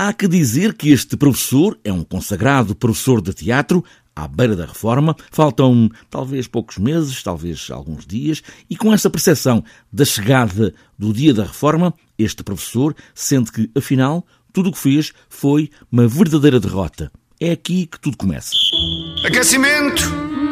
Há que dizer que este professor é um consagrado professor de teatro, à beira da reforma. Faltam talvez poucos meses, talvez alguns dias, e com essa percepção da chegada do dia da reforma, este professor sente que, afinal, tudo o que fez foi uma verdadeira derrota. É aqui que tudo começa. Aquecimento!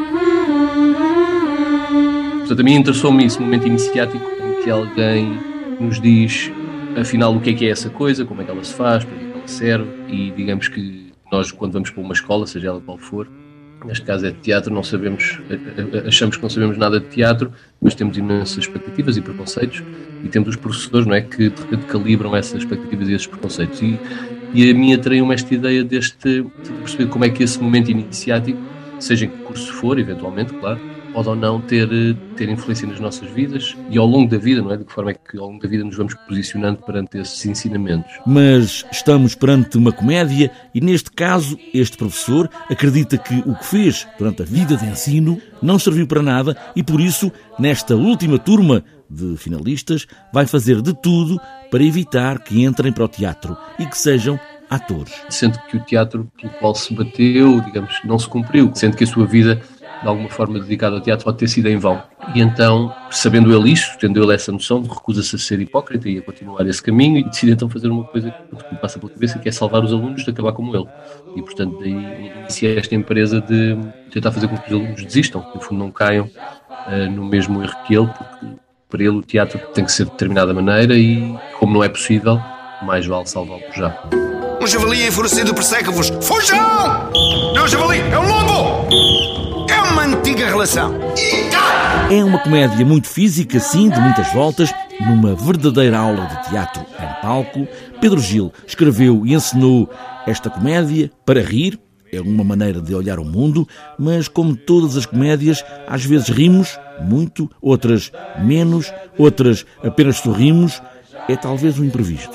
Portanto, a mim interessou-me esse momento iniciático em que alguém nos diz, afinal, o que é essa coisa, como é que ela se faz, para que ela serve, e digamos que nós, quando vamos para uma escola, seja ela qual for, neste caso é de teatro, não sabemos, achamos que não sabemos nada de teatro, mas temos imensas expectativas e preconceitos, e temos os professores, não é, que de repente calibram essas expectativas e esses preconceitos. E a mim atraiu-me esta ideia de perceber como é que esse momento iniciático, seja em que curso for, eventualmente, claro, pode ou não ter influência nas nossas vidas e ao longo da vida, não é? De que forma é que ao longo da vida nos vamos posicionando perante esses ensinamentos. Mas estamos perante uma comédia e, neste caso, este professor acredita que o que fez durante a vida de ensino não serviu para nada e, por isso, nesta última turma de finalistas, vai fazer de tudo para evitar que entrem para o teatro e que sejam atores. Sendo que o teatro pelo qual se bateu, digamos, não se cumpriu, sendo que a sua vida de alguma forma dedicado ao teatro pode ter sido em vão. E então, sabendo ele isso, tendo ele essa noção, recusa-se a ser hipócrita e a continuar esse caminho e decide então fazer uma coisa que me passa pela cabeça, que é salvar os alunos de acabar como ele. E, portanto, daí inicia esta empresa de tentar fazer com que os alunos desistam, que no fundo não caiam no mesmo erro que ele, porque para ele o teatro tem que ser de determinada maneira e, como não é possível, mais vale salvá-lo já. Um javali enfurecido persegue-vos. Fujam! Não é um javali, é um lobo! É uma antiga relação. É uma comédia muito física, sim, de muitas voltas, numa verdadeira aula de teatro em palco. Pedro Gil escreveu e encenou esta comédia para rir. É uma maneira de olhar o mundo, mas como todas as comédias, às vezes rimos muito, outras menos, outras apenas sorrimos. É talvez um imprevisto.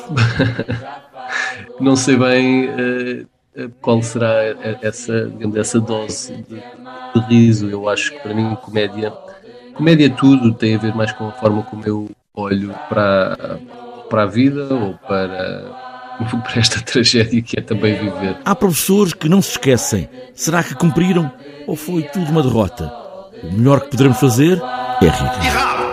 Não sei bem qual será essa dose de riso. Eu acho que para mim comédia tudo tem a ver mais com a forma como eu olho para a vida ou para esta tragédia que é também viver. Há professores que não se esquecem. Será que cumpriram ou foi tudo uma derrota? O melhor que poderemos fazer é rir.